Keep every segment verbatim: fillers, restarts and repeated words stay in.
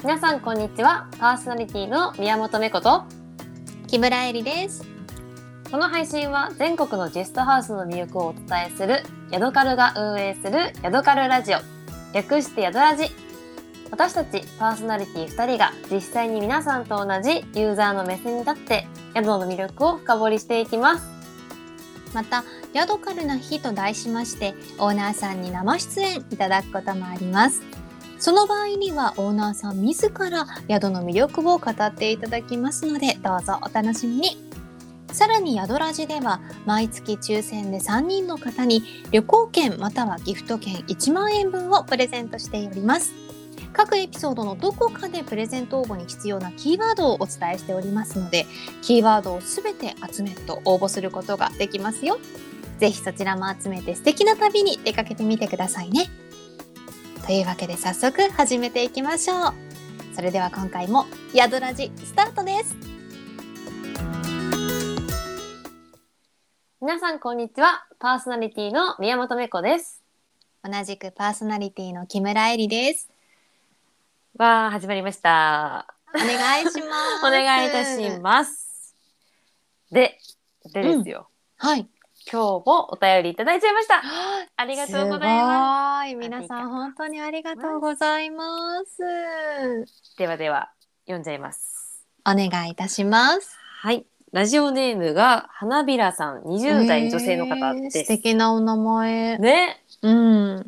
皆さんこんにちは。パーソナリティの宮本芽子と木村えりです。 この配信は全国のゲストハウスの魅力をお伝えするヤドカルが運営するヤドカルラジオ、略してヤドラジ。私たちパーソナリティふたりが実際に皆さんと同じユーザーの目線に立って宿の魅力を深掘りしていきます。 またヤドカルな日と題しましてオーナーさんに生出演いただくこともあります。その場合にはオーナーさん自ら宿の魅力を語っていただきますので、どうぞお楽しみに。さらにヤドラジでは毎月抽選でさんにんの方に旅行券またはギフト券いちまんえんぶんをプレゼントしております。各エピソードのどこかでプレゼント応募に必要なキーワードをお伝えしておりますので、キーワードをすべて集めると応募することができますよ。ぜひそちらも集めて素敵な旅に出かけてみてくださいね。というわけで早速始めていきましょう。それでは今回もヤドラジスタートです。 皆さんこんにちは。パーソナリティの宮本芽子です。 同じくパーソナリティの木村えりです。 わー、始まりました。 お願いしますお願いいたします。で、でですよ、 うん、はい、 今日もお便りいただいちゃいました。ありがとうございます。 すごい、皆さん本当にありがとうございます。 ではでは読んじゃいます。 お願いいたします。 はい、ラジオネームが花びらさん、にじゅう代女性の方です。 えー、素敵なお名前ね。 うん。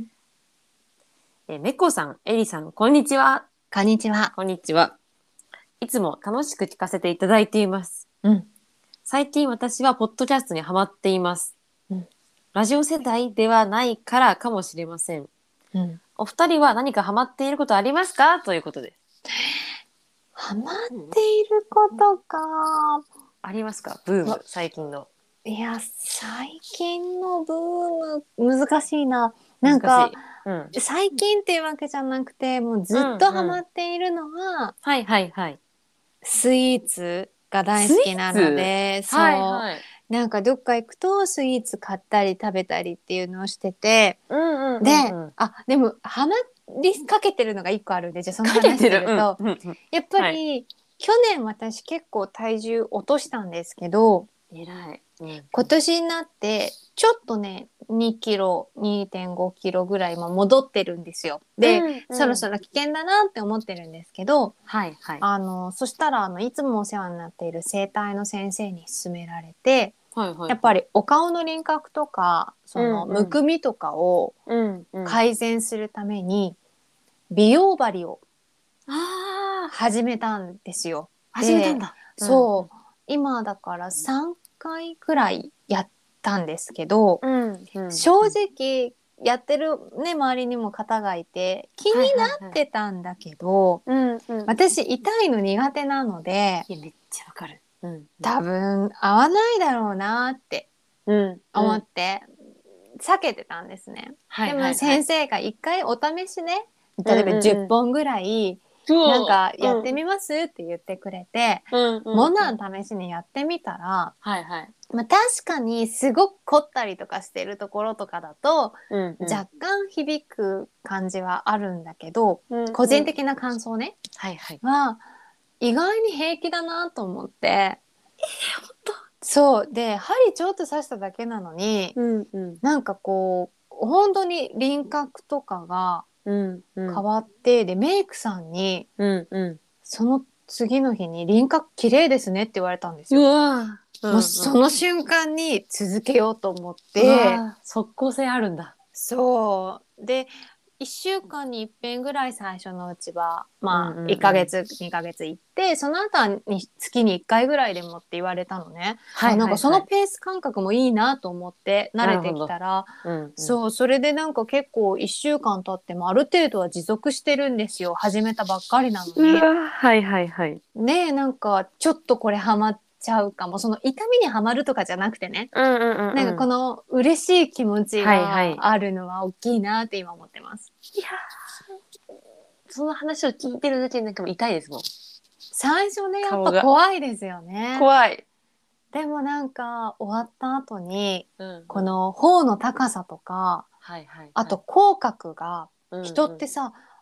え、めこさん、えりさん、こんにちは。 こんにちは。 こんにちは。いつも楽しく聞かせていただいています。 うん。 最近私はポッドキャストにハマっています。 うん、 ラジオ世代ではないからかもしれません。 うん、 お二人は何かハマっていることありますかということです。 ハマっていることか。 ありますか？ブーム、最近の。 いや、最近のブーム難しいな。なんか、 うん、 最近っていうわけじゃなくて、もうずっとハマっているのは、 うんうん、はいはいはい。 スイーツが大好きなので、そう、 はいはい、 なんかどっか行くとスイーツ買ったり食べたりっていうのをしてて、 うんうんうんうん、 で、あ、でもハマりかけてるのが一個あるんで、じゃあその話すると、 うんうんうん、 やっぱり、はい、去年私結構体重落としたんですけど、 偉い、うん、 今年になってちょっとねにキロ にてんごキロぐらいも戻ってるんですよ。で、うんうん、そろそろ危険だなって思ってるんですけど、 はいはい、 あのそしたらあのいつもお世話になっている整体の先生に勧められて、はいはいはい、やっぱりお顔の輪郭とかそのむくみとかを改善するために美容針を始めたんですよ。 始めたんだ。 そう、うん、今だからさんかいくらいやったんですけど、うんうん、正直やってるね周りにも方がいて気になってたんだけど、私痛いの苦手なので、 いやめっちゃわかる、うんうん、 多分合わないだろうなって思って避けてたんですね、うんうん、でも先生が一回お試しね、例えばじゅっぽんぐらいなんかやってみます、うん、って言ってくれて、うんうん、モナン試しにやってみたら、はいはい、まあ、確かにすごく凝ったりとかしてるところとかだと、うんうん、若干響く感じはあるんだけど、うんうん、個人的な感想ね、はいはい、は意外に平気だなと思って、えー、本当そうで針ちょっと刺しただけなのに、うんうん、なんかこう本当に輪郭とかが変わって、うんうん、でメイクさんに、うんうん、その次の日に輪郭綺麗ですねって言われたんですよ。うわ、うんうん、もうその瞬間に続けようと思って即効性あるんだ。 そうでいっしゅうかんにいっぺんぐらい最初のうちはまあいっかげつ、うんうんうん、にかげつ行ってその後はに月にいっかいぐらいでもって言われたのね、はいはいはい、なんかそのペース感覚もいいなと思って慣れてきたら、うんうん、そうそれでなんか結構いっしゅうかん経ってもある程度は持続してるんですよ。始めたばっかりなのに。 うわはいはいはいねえなんかちょっとこれハマっちゃうかも、その痛みにはまるとかじゃなくてね、うんうんうんうん、なんかこの嬉しい気持ちがあるのは大きいなって今思ってます、 はいはい、いやその話を聞いてるだけでなんかも痛いですもん。 最初ねやっぱ怖いですよね。 怖い。 でもなんか終わった後に、うんうん、この頬の高さとか、はいはいはい、あと口角が、うんうん、人ってさ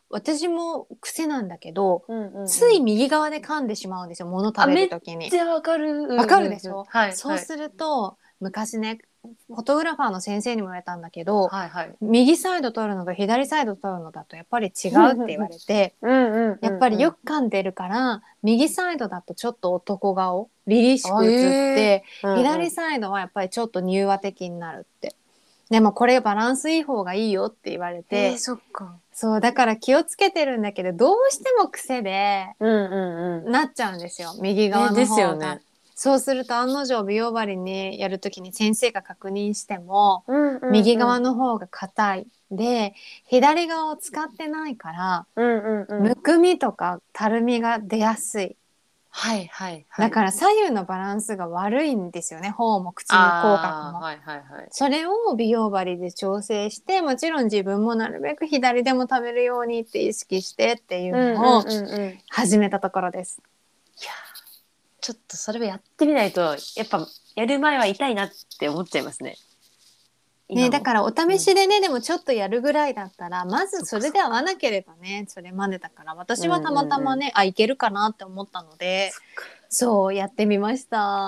私も癖なんだけど、 うんうんうん、 つい右側で噛んでしまうんですよ、物食べるときに。 めっちゃわかる。 わかるでしょ、 はい、 そうすると昔ねフォトグラファーの先生にも言われたんだけど、 はいはい、 右サイド撮るのと左サイド撮るのだとやっぱり違うって言われてやっぱりよく噛んでるから右サイドだとちょっと男顔凛々しく映って、えー、左サイドはやっぱりちょっと柔和的になるって。でもこれバランスいい方がいいよって言われて、 えー、そっか。 そうだから気をつけてるんだけどどうしても癖で、 うんうんうん、 なっちゃうんですよ右側の方が、えー、ですよね。そうすると案の定美容針にやるときに先生が確認しても、うんうんうん、右側の方が硬いで左側を使ってないから、うんうんうん、むくみとかたるみが出やすい。はいはいはい、だから左右のバランスが悪いんですよね。頬も口も口角も、はいはいはい、それを美容針で調整してもちろん自分もなるべく左でも食べるようにって意識してっていうのを始めたところです、うんうんうん、いやちょっとそれをやってみないとやっぱやる前は痛いなって思っちゃいますね。 ね、だからお試しでね、うん、でもちょっとやるぐらいだったらまずそれで合わなければねそれまでだから私はたまたまね、うんうんうん、あいけるかなって思ったのでそうやってみました。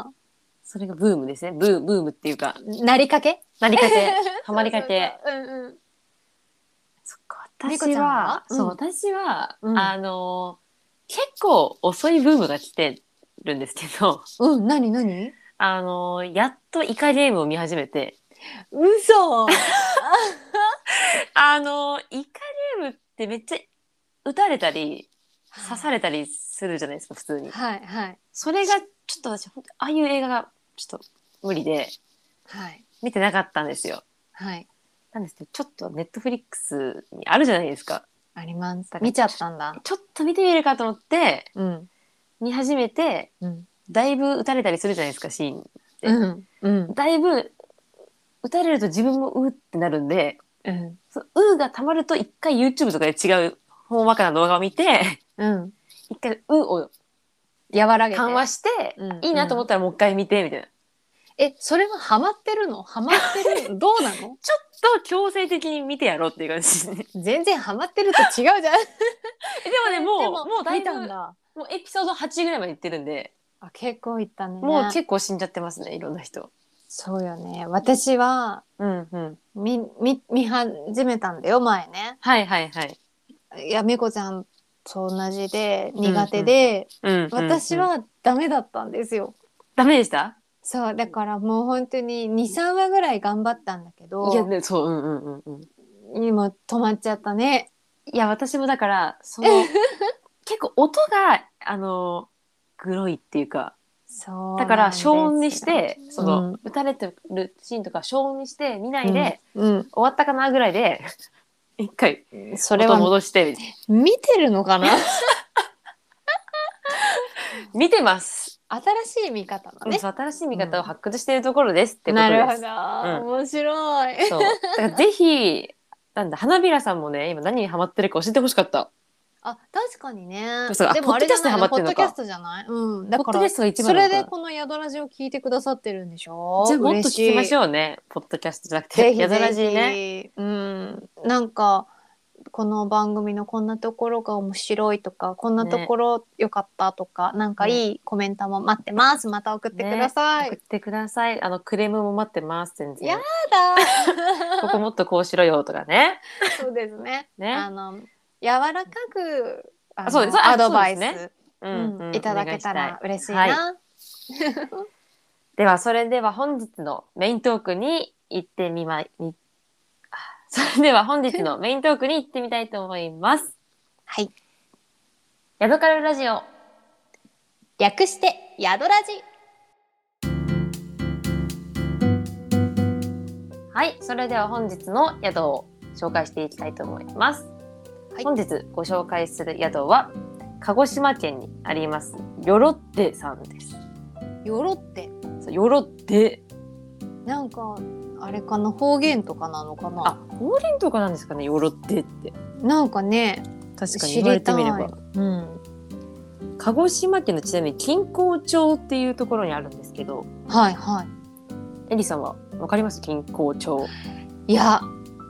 それがブームですね。ブーブームっていうかなりかけなりかけハマりかけそうそうそう、うんうん、 そっか私は、うん、そう私は、うん、あの結構遅いブームが来てるんですけどうん何何あのやっとイカゲームを見始めて嘘あのイカゲームってめっちゃ撃たれたり刺されたりするじゃないですか普通に。 はいはい。 それがちょっと私本当ああいう映画がちょっと無理で、はい、見てなかったんですよ。はい。なんですけどちょっとネットフリックスにあるじゃないですか。 あります。見ちゃったんだ。 ちょっと見てみるかと思って、うん、見始めて、うん、だいぶ撃たれたりするじゃないですかシーンって。うんうん、だいぶ撃たれると自分もうってなるんで、うん、そううがたまると一回 YouTube とかで違うほんわかな動画を見て、うん、一回うを和らげて緩和して、うん、いいなと思ったらもう一回見てみたいな。 え、それはハマってるの？ハマってるどうなの？ちょっと強制的に見てやろうっていう感じですね。 全然ハマってると違うじゃん。でもね、もう、もうだいぶ、 見たんだ。 もうエピソードはちぐらいまでいってるんで。 あ、結構いったね。 もう結構死んじゃってますね、いろんな人。 そうよね。私は、うんうん、見、見、見始めたんだよ、前ね。 はいはいはい。 いや、めこちゃんと同じで、苦手で、うんうん、私はダメだったんですよ。 ダメでした？ そう、だからもう本当にに、さんわぐらい頑張ったんだけど。 いや、ね、そう、うんうんうんうん。今止まっちゃったね。 いや、私もだから、その、結構音が、あの、グロいっていうか、そうだから消音にして、その、うん、撃たれてるシーンとか消音にして見ないで、うんうん、終わったかなぐらいで、一回、それは音戻して。 見てるのかな見てます。 新しい見方だね、 うん、新しい見方を発掘しているところですってことです。 なるほど、うん、面白い。 そう。だからぜひ、なんだ、花びらさんもね、今何にハマってるか教えてほしかった。 あ、確かにね。でもあれじゃないの、ポッドキャストじゃない？うん。だから、ポッドキャストが一番それでこの宿ラジを聞いてくださってるんでしょ？ じゃあもっと聞きましょうね。ポッドキャストじゃなくて、宿ラジね。 うん。なんか、この番組のこんなところが面白いとか、こんなところ良かったとか、ね、なんかいいコメントも待ってます。また送ってください。 ね、送ってください。あの、クレームも待ってます。全然。 やだここもっとこうしろよとかね。 そうですね。ね。あの、柔らかく、 あそうです。 アドバイス、ねうんうん、いただけたら嬉しいな。はい、 では、それでは本日のメイントークに行ってみまい、それでは本日のメイントークに行ってみたいと思います。 はい。 ヤドカルラジオ。 略してヤドラジ。 はい。それでは本日の宿を紹介していきたいと思います。はい、本日ご紹介する宿は鹿児島県にありますよろってさんです。 よろって？ そう、よろって。 なんかあれかな、方言とかなのかな。 あ、方言とかなんですかね、よろってって。 なんかね、 確かに言われてみれば。うん。鹿児島県のちなみに錦江町っていうところにあるんですけど。 はいはい。 エリさんはわかります？錦江町。 いや、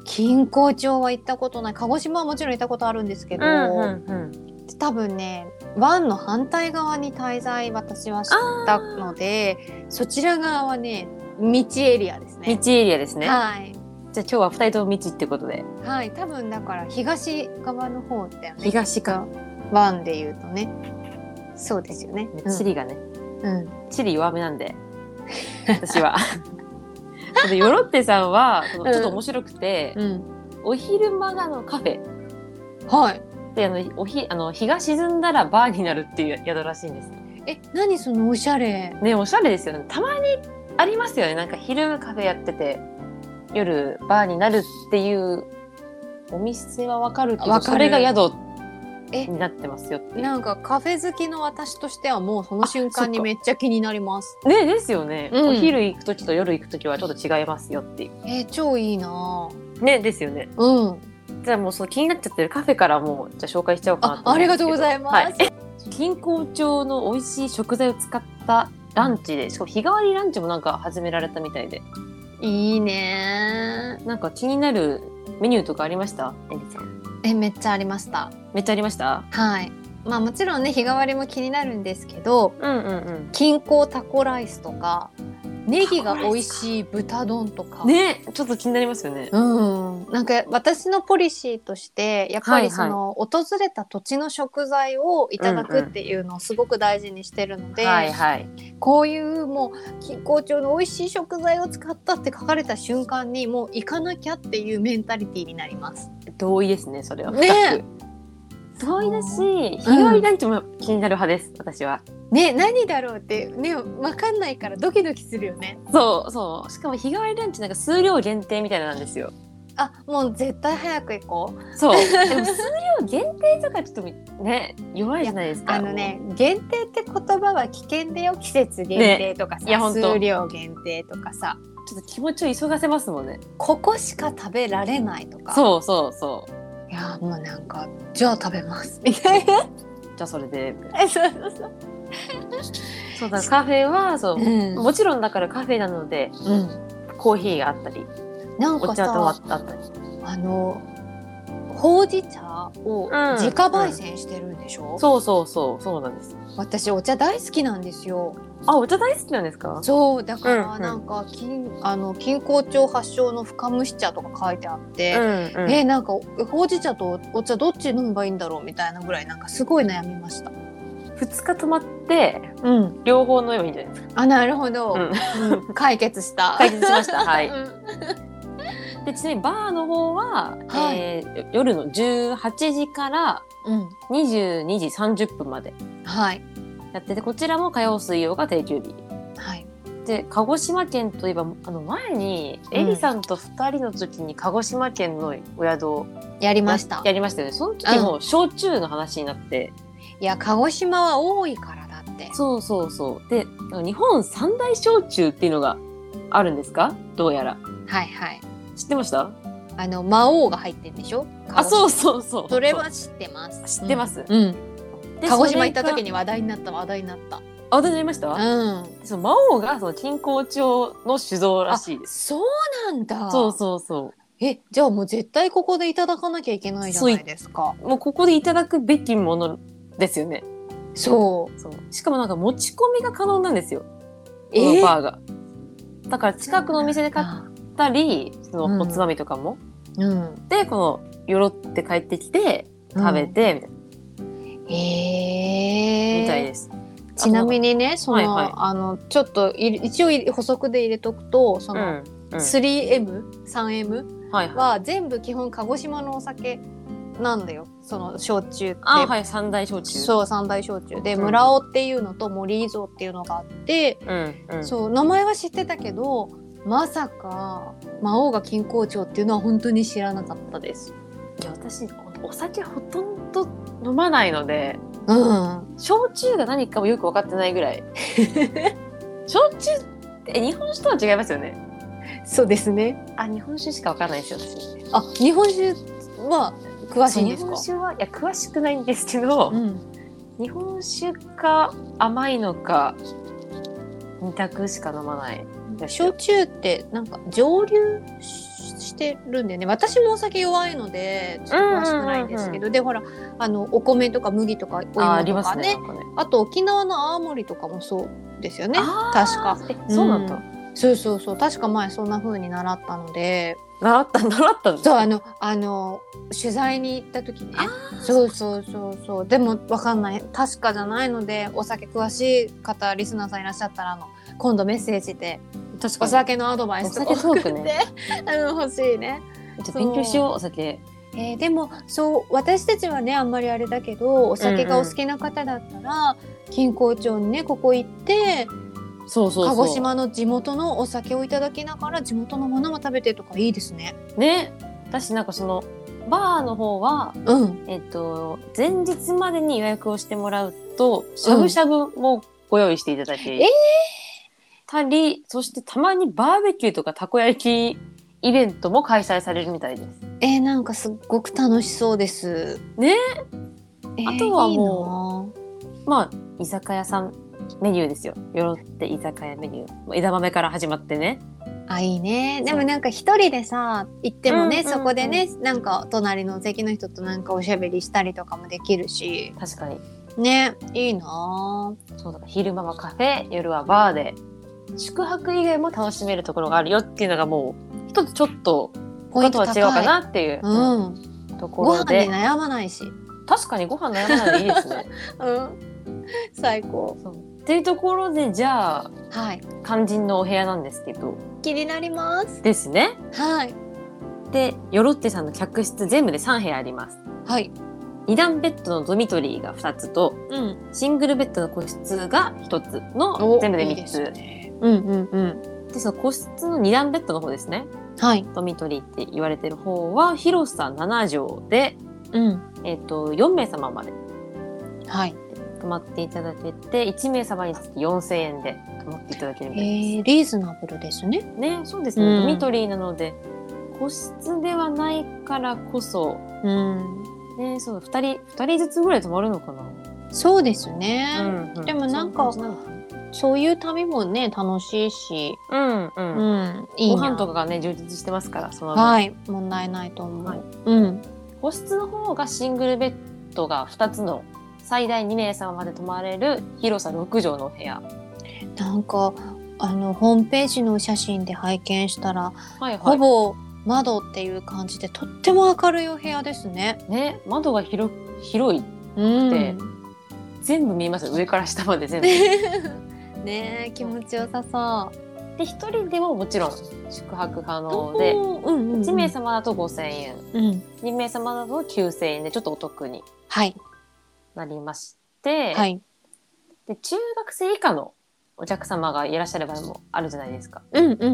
錦江町は行ったことない。鹿児島はもちろん行ったことあるんですけど、うんうんうん、多分ね湾の反対側に滞在私はしたので、そちら側はね道エリアですね。 道エリアですね。 はい。 じゃあ今日はふたりとも道ってことで。 はい、多分だから東側の方だよね。 東か。 湾でいうとね。そうですよね。 地理がね。 うん。 地理弱めなんで。私は。ヨロッテさんはちょっと面白くて、うん、お昼間がのカフェ。 はい。 であのお日あの日が沈んだらバーになるっていう宿らしいんです。 え、何そのおしゃれ。 ね、おしゃれですよね。たまにありますよね。なんか昼カフェやってて夜バーになるっていうお店はわかるけど、それが宿になってますよっていう。 なんかカフェ好きの私としてはもうその瞬間にめっちゃ気になります。 ね、ですよね、うん、お昼行く時と夜行く時はちょっと違いますよっていう。 えー、超いいな。 ね、ですよね。 うん。 じゃあもうその気になっちゃってるカフェからもうじゃあ紹介しちゃおうかなと思うんですけど。 あ, ありがとうございます。はい、 錦江町の美味しい食材を使ったランチで、しかも日替わりランチもなんか始められたみたいで。 いいね。 なんか気になるメニューとかありました？エリちゃん。 え、めっちゃありました。 めっちゃありました。 はい。まあもちろんね日替わりも気になるんですけど、 うんうんうん、 錦江タコライスとかネギが美味しい豚丼とかね、ちょっと気になりますよね。 うん、なんか私のポリシーとしてやっぱりその、はいはい、訪れた土地の食材をいただくっていうのをすごく大事にしてるので、 うんうん、はいはい、 こういうもう錦江町の美味しい食材を使ったって書かれた瞬間にもう行かなきゃっていうメンタリティーになります。 同意ですね、それは。 ね、 同意だし、日替わりランチも気になる派です、うん、私は。 ね、何だろうってね、分かんないからドキドキするよね。 そうそう、しかも日替わりランチなんか数量限定みたいなんですよ。 あ、もう絶対早く行こう。そうでも数量限定とかちょっとね弱いじゃないですか。 あのね、限定って言葉は危険だよ。季節限定とかさ、ね、いや数量限定とかさ、 ちょっと気持ちを急がせますもんね。 ここしか食べられないとか。 そうそうそう。 いやもうなんかじゃあ食べますみたいな。じゃあそれで。 え、そうそうそう。 そうだ、カフェはそう、うん、もちろんだからカフェなので、うん、コーヒーがあったり、 なんかさ、 お茶とあったり、 あのほうじ茶を自家焙煎してるんでしょ、うん、 そうそうそうそうなんです。 私お茶大好きなんですよ。 あ、お茶大好きなんですか？ そうだからなんか、うんうん、あの錦江町発祥の深蒸し茶とか書いてあって、うんうん、えなんかほうじ茶とお茶どっち飲めばいいんだろうみたいなぐらいなんかすごい悩みました。 ふつか泊まって、うん、両方飲めばいいんじゃないですか。 あ、なるほど、うんうん、解決した解決しましたはい、でちなみにバーの方は、はい、えー、夜のじゅうはちじからにじゅうにじさんじゅっぷんまでやってて、こちらも火曜水曜が定休日、 はい、 で鹿児島県といえばあの前にエリさんとふたりの時に鹿児島県のお宿をやりましたやりましたよね。その時も焼酎の話になって、 うん、いや鹿児島は多いからだって。 そうそうそう。で日本三大焼酎っていうのがあるんですか、どうやら。 はいはい、 知ってました？ あの魔王が入ってるんでしょ。 あ、そうそうそう。 それは知ってます。 知ってます。 うん。うん、で鹿児島行った時に話題になった話題になった。 あ、話題になりました？ うん。 その魔王がその錦江町の酒造らしいです。 そうなんだ。 そうそうそう。 え、じゃあもう絶対ここでいただかなきゃいけないじゃないですか。 もうここでいただくべきものですよね。 そうそう。しかもなんか持ち込みが可能なんですよ。このバーが。だから近くのお店で買ったり、そのおつまみとかも。 うん。 で、このよろって帰ってきて食べて、みたいな。 へー。 みたいです。 ちなみにね、その、はいはい、あのちょっと一応補足で入れとくと、その、うん、スリーエム、スリーエム は全部基本鹿児島のお酒なんだよ。その焼酎って。 あ、はい、三大焼酎。 そう、三大焼酎で、うん、村尾っていうのと森伊蔵っていうのがあって、うんうん、そう名前は知ってたけど、まさか魔王が錦江町っていうのは本当に知らなかったです。 いや、私お酒ほとんど飲まないので、 うん、 焼酎が何かもよく分かってないぐらい。焼酎って日本酒とは違いますよね。 そうですね。 あ、日本酒しか分からないですよ私。 あ、日本酒は詳しいんですか？ 日本酒はいや詳しくないんですけど、うん、日本酒か甘いのか二択しか飲まない。 焼酎ってなんか蒸留してるんだよね。私もお酒弱いのでちょっと詳しくないんですけど、うんうんうんうん、でほらあのお米とか麦とかお芋とか ね, あ, ね, あと沖縄の青森とかもそうですよね確か。 えそうなんだ、うん、 そうそうそう確か前そんな風に習ったので。 習った習ったんそうあのあの取材に行った時ね。そうそうそうそうでもわかんない確かじゃないのでお酒詳しい方リスナーさんいらっしゃったらあの今度メッセージで確かお酒のアドバイスとか送って、ね、あの欲しいね。 じゃ勉強しようお酒。 えー、でもそう私たちはねあんまりあれだけどお酒がお好きな方だったら、うんうん、錦江町にねここ行ってそうそうそう鹿児島の地元のお酒をいただきながら地元のものも食べてとかいいですね。 ね私なんかそのバーの方は、うんえっと、前日までに予約をしてもらうとしゃぶしゃぶもご用意していただけたり、うん、そしてたまにバーベキューとかたこ焼きイベントも開催されるみたいです。 えー、なんかすっごく楽しそうですね。えー、あとはもういいまあ居酒屋さんメニューですよ。よろって居酒屋メニュー枝豆から始まってね。 あいいね。でもなんか一人でさ行ってもね、うんうんうん、そこでねなんか隣の席の人となんかおしゃべりしたりとかもできるし確かにねいいな。 そうだから昼間はカフェ夜はバーで宿泊以外も楽しめるところがあるよっていうのがもう一つちょっと他とは違うかなっていう、うん、ところでご飯に悩まないし確かにご飯悩まないのいいですね、 うん、最高そうっていうところでじゃあ、はい、肝心のお部屋なんですけど気になりますですね。 はいでよろってさんの客室全部でさん部屋あります。 はいに段ベッドのドミトリーがふたつと、うん、シングルベッドの個室がひとつの全部でみっつ。いいですね。うんうんうん。でその個室のに段ベッドの方ですね。はい。ドミトリーって言われてる方は広さなな畳で、うんえー、とよん名様まで、はい、泊まっていただけていち名様につきよんせんえんで泊まっていただけるみたいです。 えー、リーズナブルですね。 ね、そうですね、うん、ドミトリーなので個室ではないからこそ、うんね、そうふたりふたりずつぐらい泊まるのかな。 そうですね、うんうん、でもなんかそういう旅もね楽しいし、うんうんうん、いいご飯とかがね充実してますからその分はい問題ないと思う、はいうん、個室の方がシングルベッドがふたつの最大に名様まで泊まれる広さろく畳のお部屋。 なんかあのホームページの写真で拝見したら、はいはい、ほぼ窓っていう感じでとっても明るいお部屋ですね。 ね窓が広広いくて、うん、全部見えますよ上から下まで全部ね気持ちよさそうでひとりでももちろん宿泊可能で、うんうんうん、いち名様だとごせんえん、うん、に名様だときゅうせんえんでちょっとお得になりまして、はい、で中学生以下のお客様がいらっしゃる場合もあるじゃないですか、うんうん、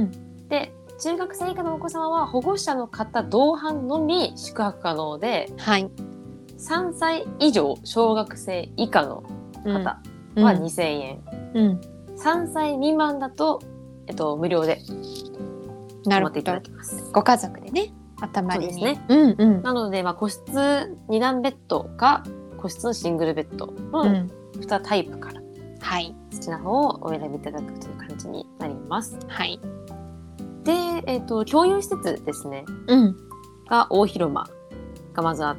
で中学生以下のお子様は保護者の方同伴のみ宿泊可能で、はい、さんさい以上小学生以下の方はにせんえん、うんうん、さんさい未満だと、えっと、無料で泊まっていただきます。 ご家族でね頭にね、うんうん、なので、まあ、個室に段ベッドか個室のシングルベッドのにタイプから、うんはい、好きな方をお選びいただくという感じになります。はい、で、えーと、共有施設ですね、うん、が大広間がまずあって、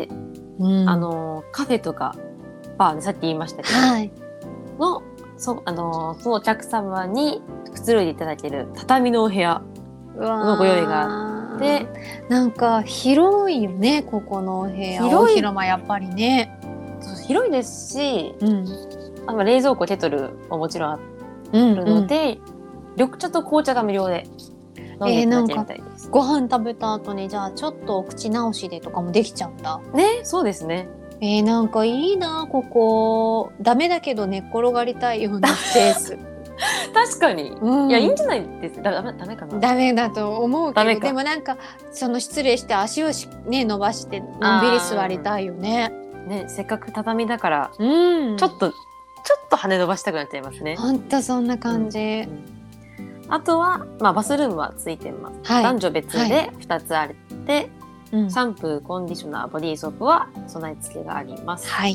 うん、あのカフェとかバーでさっき言いましたけど、はい、の そ, あのそのお客様にくつろいでいただける畳のお部屋のご用意があってなんか広いよねここのお部屋。広い広間やっぱりね広いですし、うんあの冷蔵庫ケトルももちろんあるので、うんうん、緑茶と紅茶が無料で飲んでいただけるみたいです。 えー、ご飯食べた後にじゃあちょっとお口直しでとかもできちゃうんだね。そうですね。 えー、なんかいいなここ。ダメだけど寝っ転がりたいようなスペース確かに、うん、いやいいんじゃないですか。ダメ、ダメかな。 ダメだと思うけどでもなんかその失礼して足をし、ね、伸ばしてのんびり座りたいよね。 ねせっかく畳だから、うん、ちょっとちょっと羽伸ばしたくなっちゃいますね。 ほんとそんな感じ、うん、 あとは、まあ、バスルームはついてます、はい、男女別でふたつあって、はい、シャンプーコンディショナーボディーソープは備え付けがあります、はい、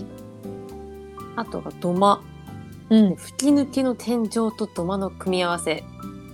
あとは土間、うん、吹き抜けの天井と土間の組み合わせ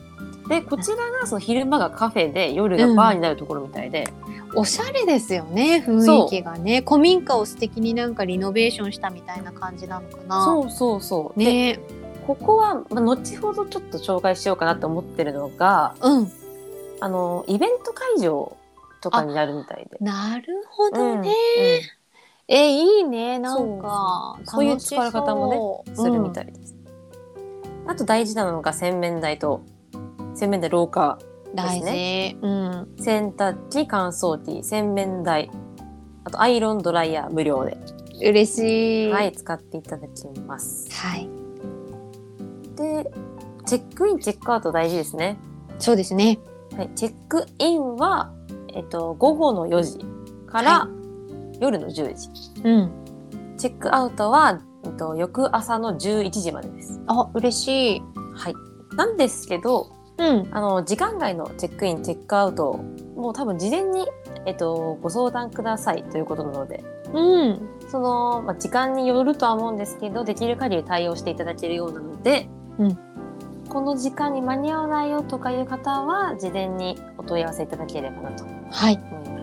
でこちらがその昼間がカフェで夜がバーになるところみたいで、 うん、おしゃれですよね雰囲気がね。古民家を素敵になんかリノベーションしたみたいな感じなのかな。 そうそうそうね。 ここは、まあ、後ほどちょっと紹介しようかなと思ってるのが、 うん、 あのイベント会場とかになるみたいで。 なるほどね、うんうん、えいいねなんかそういう使い方もねするみたいです、うん、あと大事なのが洗面台と洗面台廊下ですね。 大事、うん、 洗濯機乾燥機洗面台あとアイロンドライヤー無料で嬉しい、 はい、使っていただきます。 はい。 でチェックインチェックアウト大事ですね。 そうですね、 はい、チェックインは、えっと、午後のよじから、はい、夜のじゅうじ、 うん、 チェックアウトは、えっと、翌朝のじゅういちじまでです。 あ、嬉しい。 はい、なんですけど、うん、あの時間外のチェックインチェックアウトもう多分事前に、えっと、ご相談くださいということなので、 うん、 その、まあ、時間によるとは思うんですけどできる限り対応していただけるようなので、うん、この時間に間に合わないよとかいう方は事前にお問い合わせいただければなと思います。 はい、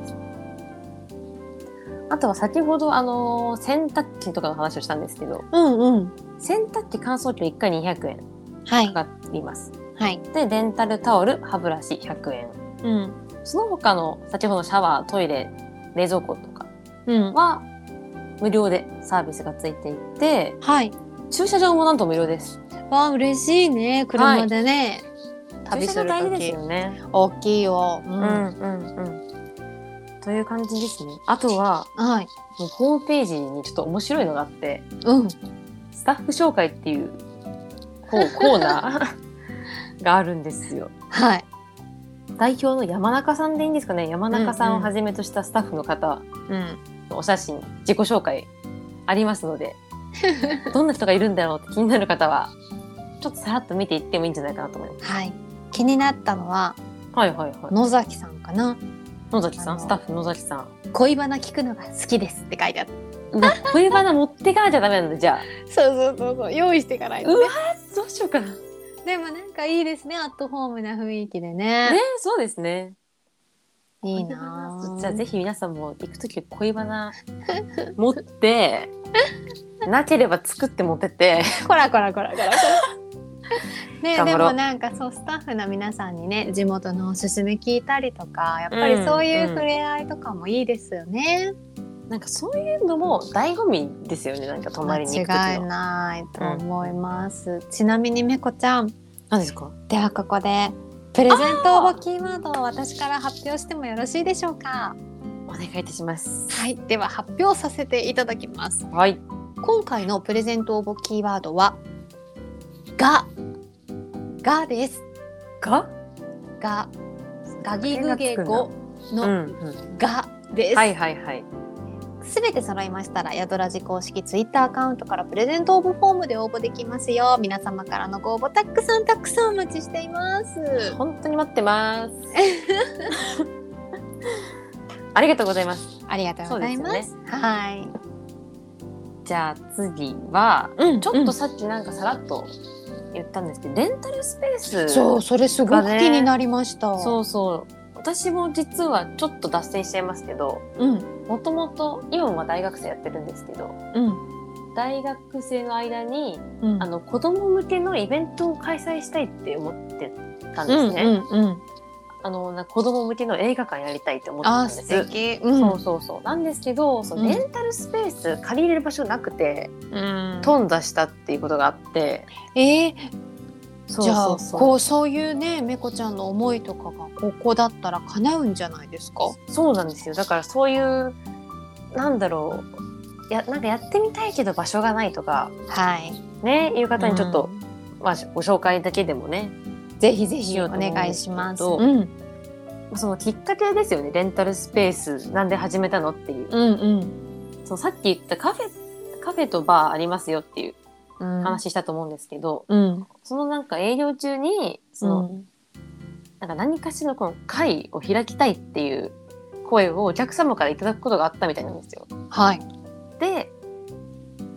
あとは先ほど、あのー、洗濯機とかの話をしたんですけど、 うんうん、 洗濯機乾燥機はいっかいにひゃくえんかかります、 はい、 でレンタルタオル歯ブラシひゃくえん、うん、その他の先ほどのシャワートイレ冷蔵庫とかは無料でサービスがついていて、はい、駐車場もなんと無料です。 わあ嬉しいね。車でね、 はい、旅するとき大事ですよね。 大きいよ、 うん、うんうんうんという感じですね。あとは、はい、ホームページにちょっと面白いのがあって、うん、スタッフ紹介っていうコーナーがあるんですよ。はい。代表の山中さんでいいんですかね。山中さんをはじめとしたスタッフの方のお写真、自己紹介ありますので、どんな人がいるんだろうって気になる方は、ちょっとさらっと見ていってもいいんじゃないかなと思います。 はい。気になったのは、 はいはいはい。 野崎さんかな。 野崎さん、スタッフ野崎さん。 恋バナ聞くのが好きですって書いてあった。 恋バナ持ってかなきゃダメなんだじゃあ。 そうそうそうそう、用意していかないとね。 うわどうしようかな。 でもなんかいいですね、アットホームな雰囲気でね。 ね、そうですね。 いいな。 じゃあぜひ皆さんも行くとき恋バナ持ってなければ作って持ってってこらこらこらこらこらね、でもなんかそうスタッフの皆さんにね地元のおすすめ聞いたりとかやっぱりそういう触れ合いとかもいいですよね、 うんうん、なんかそういうのも醍醐味ですよね。なんか泊まりに行く時の間違いないと思います、うん、ちなみにめこちゃん何ですか。 ではここでプレゼント応募キーワードを私から発表してもよろしいでしょうか。 お願いいたします。 はい、では発表させていただきます。 はい、 今回のプレゼント応募キーワードはががです。 がががぎぐげごのがです。 はいはいはい。 すべて揃いましたらやどらじ公式ツイッターアカウントからプレゼント応募フォームで応募できますよ。皆様からのご応募たくさんたくさんお待ちしています。 本当に待ってますありがとうございます。 ありがとうございます。ね、はい。 じゃあ次は、うん、ちょっとさっきなんかさらっと言ったんですけど、レンタルスペース、ね、 そうそれすごく気になりました。 そうそう私も実はちょっと脱線しちゃいますけど、もともと今は大学生やってるんですけど、うん、大学生の間に、うん、あの子供向けのイベントを開催したいって思ってたんですね、うんうんうん、あのな子供向けの映画館やりたいって思ってたんです。 あ、素敵、 うん、そうそうそうなんですけど、そのレンタルスペース借りれる場所なくて、うん、頓挫したっていうことがあって、 えーじゃあこうそういうねめこちゃんの思いとかがここだったら叶うんじゃないですか。 そうなんですよ。だからそういうなんだろうやなんかやってみたいけど場所がないとか、はいね、いう方にちょっと、うんまあ、ご紹介だけでもねぜひぜひお願いします。うん、 そのきっかけですよね。レンタルスペースなんで始めたのっていう、うんうん、そのさっき言ったカフェカフェとバーありますよっていう話したと思うんですけど、うん、そのなんか営業中にその、うん、なんか何かしらのこの会を開きたいっていう声をお客様からいただくことがあったみたいなんですよ。はい。で、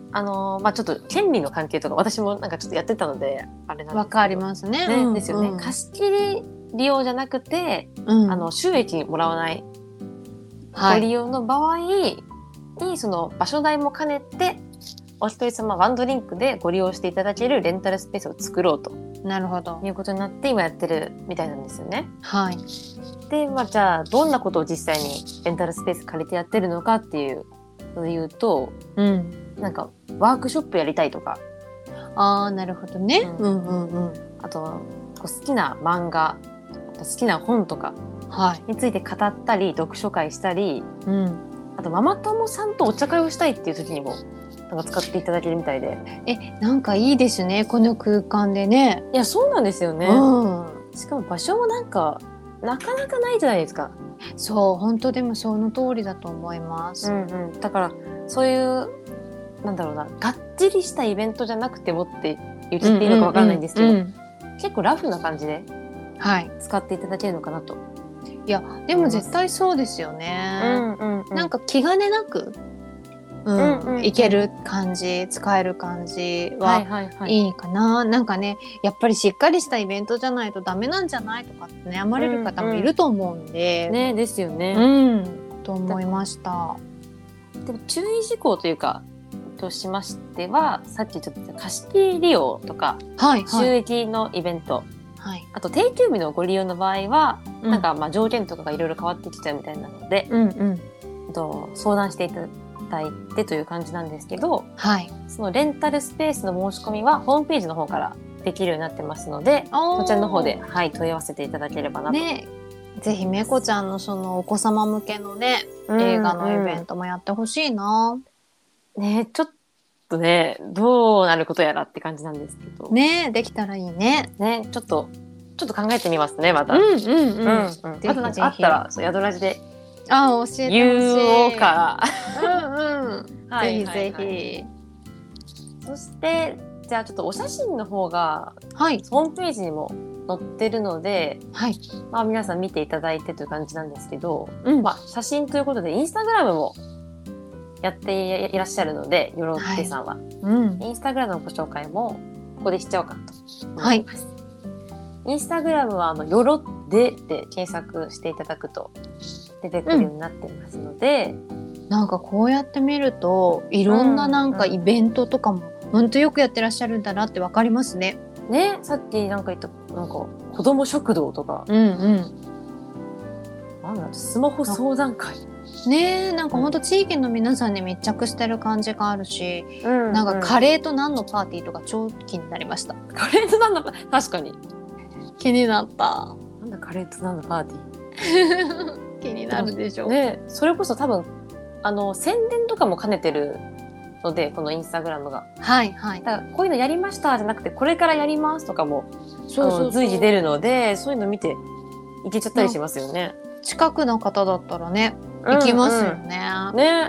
あのー、まあちょっと権利の関係とか私もなんかちょっとやってたのであれなんですけど。 わかりますね。 ね、 うんうん、 ですよね。貸し切り利用じゃなくて、うん、あの収益もらわない、はい、ご利用の場合にその場所代も兼ねてお一人様ワンドリンクでご利用していただけるレンタルスペースを作ろうと。 なるほど。 いうことになって今やってるみたいなんですよね。 はい。 で、まあじゃあどんなことを実際にレンタルスペース借りてやってるのかっていうので言うと、うん、なんかワークショップやりたいとか。 ああ、なるほどね。うん、うんうんうん。 あと好きな漫画、好きな本とかについて語ったり、はい、読書会したり、うん、あとママ友さんとお茶会をしたいっていう時にもなんか使っていただけるみたいで。 え、なんかいいですね、この空間でね。 いや、そうなんですよね。うん、しかも場所もなんかなかなかないじゃないですか。 そう、本当でもその通りだと思います。 うんうん、だからそういうなんだろうな、がっちりしたイベントじゃなくてもって言っていいのかわからないんですけど、うんうんうん、結構ラフな感じで使っていただけるのかなと。 いや、でも絶対そうですよね。うんうんうん、なんか気兼ねなく。うんうんうん、いける感じ、使える感じはいいかな、はいはいはい、なんかね、やっぱりしっかりしたイベントじゃないとダメなんじゃないとかって悩まれる方もいると思うんで、 うんうん、ね、ですよね、 うん、と思いました。 でも注意事項というかとしましては、さっきちょっと貸し切り利用とか、はいはい、収益のイベント、はい、あと定休日のご利用の場合は、うん、なんかまあ条件とかがいろいろ変わってきちゃうみたいなので、うんうん、と相談していただいてという感じなんですけど、はい、そのレンタルスペースの申し込みはホームページの方からできるようになってますので、こちらの方で、はい、問い合わせていただければなと、ね、 ぜひめこちゃんのそのお子様向けのね、うん、映画のイベントもやってほしいな。 ね、ちょっとね、どうなることやらって感じなんですけどね、できたらいいね。 ね、ちょっとちょっと考えてみますね、また。 うんうんうん。うんうん、 あとなんかあったらそう宿ラジであ教えてほしい。 言おうか。 うんうん。ぜひぜひ、はいはい。 そしてじゃあちょっとお写真の方が、はい、ホームページにも載ってるので、はい、まあ皆さん見ていただいてという感じなんですけど、うん、まあ写真ということでインスタグラムもやっていらっしゃるので、よろってさんは、はい、うん、インスタグラムのご紹介もここでしちゃおうかと思います。はい、インスタグラムはあのよろってで検索していただくと出てくるようになってますので、 うん、なんかこうやって見るといろんななんかイベントとかも本当よくやってらっしゃるんだなってわかりますね。 ね、さっきなんか言ったなんか子ども食堂とか、 うんうん、 なんだスマホ相談会ね、なんかほんと地域の皆さんに密着してる感じがあるし、うんうん、なんかカレーと何のパーティーとか超気になりました。 カレーと何のパーティー、確かに気になった。 なんだカレーと何のパーティー気になるでしょ。 ね、それこそ多分あの宣伝とかも兼ねてるので、このインスタグラムが、 はいはい、 だからこういうのやりましたじゃなくてこれからやりますとかもそうそうそう随時出るので、そういうの見ていけちゃったりしますよね。 近くの方だったらね行きますよね。 うんうん、ね、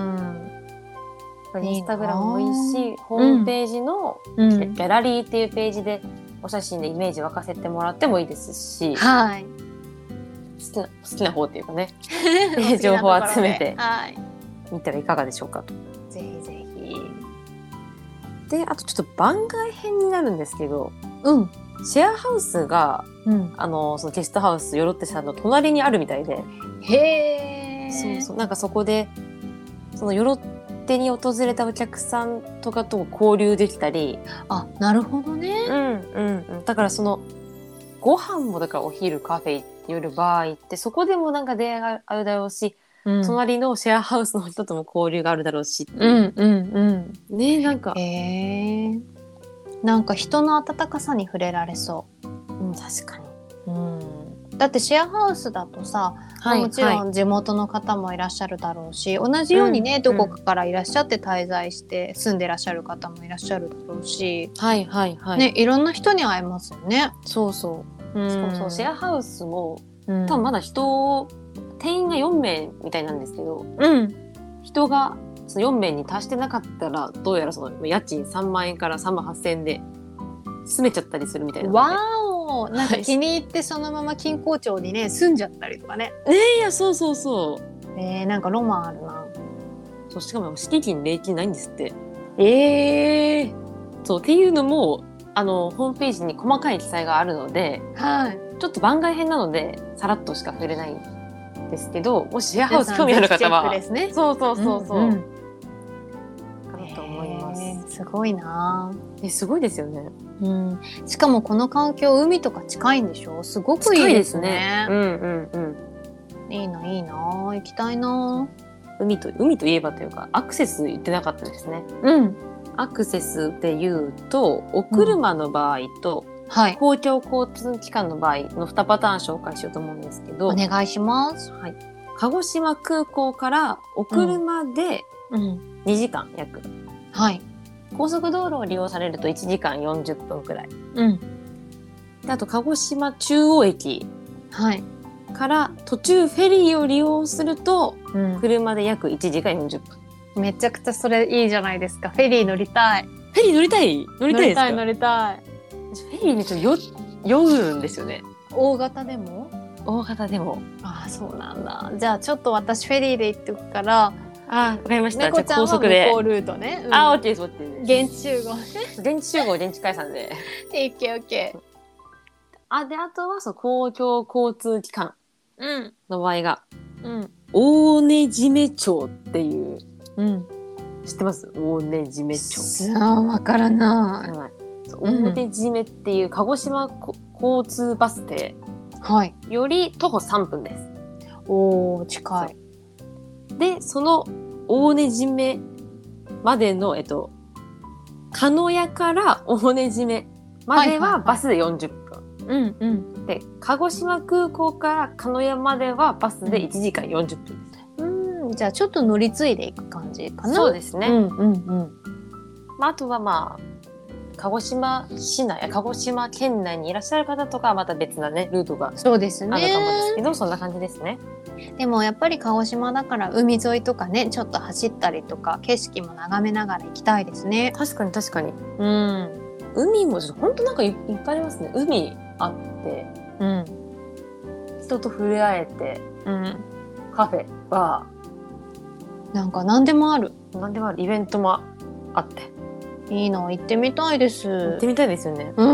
うん、インスタグラムもいいし、ホームページのギャラリーっていうページでお写真でイメージ沸かせてもらってもいいですし、はい、好きな好きな方っていうかね情報を集めて見たらいかがでしょうかと。 ぜひぜひ。 で、あとちょっと番外編になるんですけど、 うん、 シェアハウスが、うん、あのそのゲストハウスよろってさんの隣にあるみたいで、 へー、 そうそう、なんかそこでそのよろってに訪れたお客さんとかと交流できたり、 あ、なるほどね。 うんうんうん。だからそのご飯もだからお昼カフェ寄る場合ってそこでもなんか出会いがあるだろうし、うん、隣のシェアハウスの人とも交流があるだろうし、 うんうんうん、 ね、なんか、 へー、なんか人の温かさに触れられそう。 うん、確かに。 うん、だってシェアハウスだとさ、はい、もちろん地元の方もいらっしゃるだろうし、はい、同じようにね、うん、どこかからいらっしゃって滞在して住んでらっしゃる方もいらっしゃるだろうし、 はいはいはい、 ね、いろんな人に会えますよね。 そうそう、うん、しかもそうシェアハウスも、うん、多分まだ人定員がよんめいみたいなんですけど、うん、人がそのよんめいに達してなかったらどうやらその家賃さんまんえんからさんまんはっせんえんで住めちゃったりするみたいなので、 わーお、なんか気に入ってそのまま錦江町にね住んじゃったりとかね。 ねえ、いやそうそうそう、 えー、なんかロマンあるな。 そう、しかも敷金礼金ないんですって。 ええー、そうっていうのもあのホームページに細かい記載があるので、 はい、 ちょっと番外編なのでさらっとしか触れないんですけど、もしシェアハウス興味ある方は、 ね、 そうそうそうそう、うんうん、 かなと思います。すごいな。 え、すごいですよね。 うん。しかもこの環境海とか近いんでしょ。すごくいいですね。 近いですね。うんうんうん。いいないいな。行きたいな。 海と海といえばというかアクセス言ってなかったですね。 うん。 アクセスで言うとお車の場合と、うん、はい、公共交通機関の場合のにパターン紹介しようと思うんですけど、 お願いします。 はい。鹿児島空港からお車でにじかん約、うん、 はい。 高速道路を利用されるといちじかんよんじゅっぷんくらい、うん、であと鹿児島中央駅から途中フェリーを利用すると、うん、車で約いちじかんよんじゅっぷん。 めちゃくちゃそれいいじゃないですか。フェリー乗りたい。 フェリー乗りたい乗りたいですか？ 乗りたい乗りたい。 フェリーにちょっと酔うんですよね。 大型でも？ 大型でも。 ああ、そうなんだ。じゃあちょっと私フェリーで行っておくから、 あ、わかりました。 猫ちゃんは向こうルートね。 うん、あ、オッケーです、オッケーです。現地集合ね。 現地集合、現地解散で。 オッケーオッケー。 あ、で、あとは、そう、公共交通機関の場合が、 うん。 大根締め町っていう、うん。知ってます？大根締め町。 さあ、わからない。 はい。大根締めっていう鹿児島交通バス停。 はい。 より徒歩さんぷんです。 おー、近い。 で、その大根締めまでの、えっと、鹿屋から大根締めまではバスでよんじゅっぷん。 うんうん。 で、鹿児島空港から鹿屋まではバスでいちじかんよんじゅっぷんです。 うん、じゃあちょっと乗り継いでいく感じかな。 そうですね。 うんうんうん。 まあ、あとはまあ、鹿児島市内、鹿児島県内にいらっしゃる方とかはまた別なね、ルートがあるかもですけど、 そうですね、 そんな感じですね。 でもやっぱり鹿児島だから海沿いとかね、ちょっと走ったりとか景色も眺めながら行きたいですね。 確かに確かに。うん。海もちょっと本当なんか い, いっぱいありますね。海あって、うん、人と触れ合えて、うん、カフェ、バー、なんか何でもある。 何でもある。イベントもあって。 いいの、行ってみたいです。 行ってみたいですよね。 うん。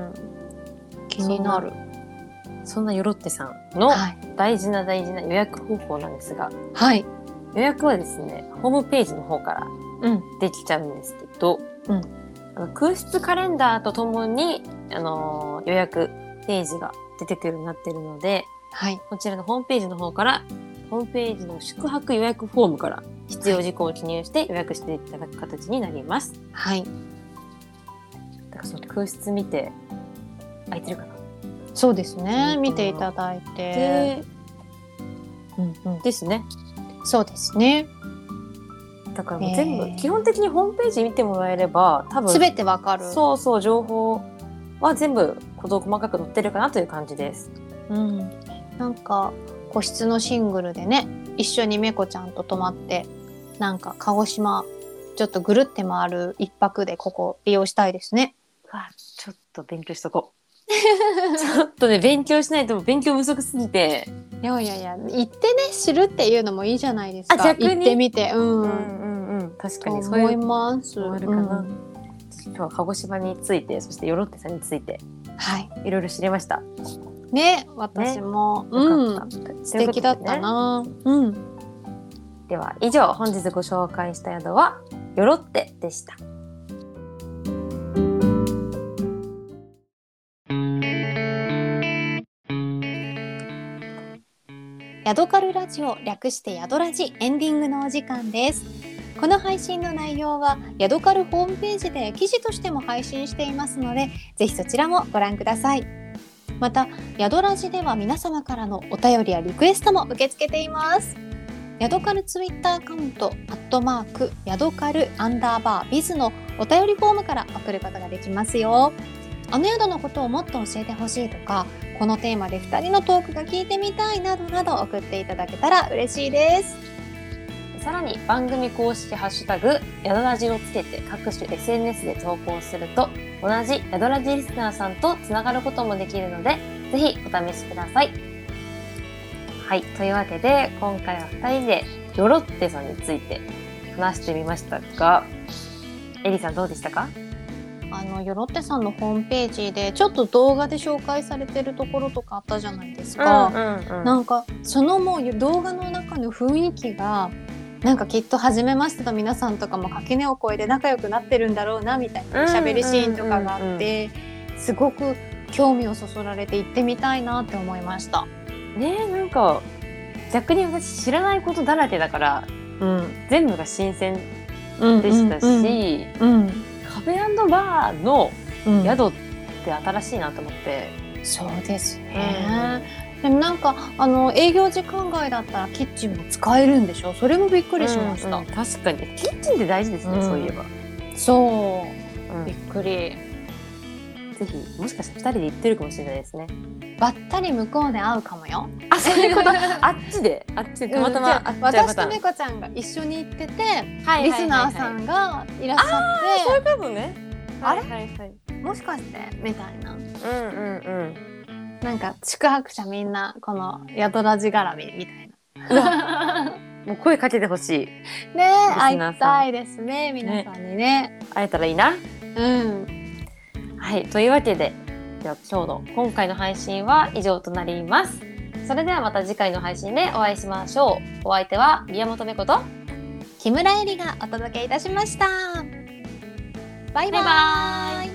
気になる。 そんなよろってさんの大事な大事な予約方法なんですが、 はい。 予約はですね、ホームページの方からできちゃうんですけど、うん、あの空室カレンダーとともに、あのー、予約ページが出てくるようになっているので、はい、こちらのホームページの方から、ホームページの宿泊予約フォームから必要事項を記入して予約していただく形になります。 はい。 だからその空室見て空いてるかな。 そうですね。見ていただいて。 うんうん、ですね。 そうですね。 だからもう全部、えー、基本的にホームページ見てもらえれば多分すべてわかる。 そうそう、情報は全部事細かく載ってるかなという感じです。 うん。なんか個室のシングルでね、一緒にめこちゃんと泊まって、なんか鹿児島ちょっとぐるって回る一泊でここ利用したいですね。 あ、ちょっと勉強しとこう。ちょっとね、勉強しないと勉強不足すぎて。 いやいやいや、行ってね、知るっていうのもいいじゃないですか。あ、逆に行ってみて、うん、うんうんうん、 確かにそう思います。 あるかな、うん。今日は鹿児島について、そしてよろってさんについて、はい、いろいろ知れました。 ね、私も、ね、うん、素敵だったな。うん。 では以上、本日ご紹介した宿はよろってでした。 ヤドカルラジオ、略してヤドラジ、エンディングのお時間です。この配信の内容はヤドカルホームページで記事としても配信していますので、ぜひそちらもご覧ください。またヤドラジでは皆様からのお便りやリクエストも受け付けています。ヤドカルツイッターアカウントアットマークヤドカルアンダーバービズのお便りフォームから送ることができますよ。あの宿のことをもっと教えてほしいとか、このテーマでふたりのトークが聞いてみたいなどなど送っていただけたら嬉しいです。 さらに番組公式ハッシュタグヤドラジをつけて各種 エスエヌエス で投稿すると、同じヤドラジリスナーさんとつながることもできるので、ぜひお試しください。はい、というわけで今回はふたりでよろってさんについて話してみましたが、 エリさんどうでしたか？ あのよろってさんのホームページでちょっと動画で紹介されてるところとかあったじゃないですか、うんうんうん、なんかそのもう動画の中の雰囲気がなんかきっと初めましての皆さんとかも垣根を越えて仲良くなってるんだろうなみたいな喋りシーンとかがあって、すごく興味をそそられて行ってみたいなって思いました。 ねえ、なんか逆に私知らないことだらけだから、うん、全部が新鮮でしたし、うんうんうん、カフェ&バーの宿って新しいなと思って、 うん、そうですね、うん、でもなんかあの営業時間外だったらキッチンも使えるんでしょ。それもびっくりしました、うんうん、 確かにキッチンって大事ですね、うん、そういえば。 そう、うん、びっくり。 ぜひもしかしたらふたりで行ってるかもしれないですね。 ばったり向こうで会うかもよ。 あ、そういうことあっちであっちでたまたま、 うん、私と猫ちゃんが一緒に行ってて、はいはいはいはい、リスナーさんがいらっしゃって、 あ、そういうことね。 あれ、 はいはいはい、 もしかしてみたいな、うんうんうん、 なんか宿泊者みんなこの宿ラジ絡みみたいなもう声かけてほしいね。会いたいですね、皆さんに ね, ね会えたらいいな。 うん、 はい、というわけで、では今日の今回の配信は以上となります。それではまた次回の配信でお会いしましょう。お相手は宮本芽子と木村えりがお届けいたしました。バイバイ。バイバイ。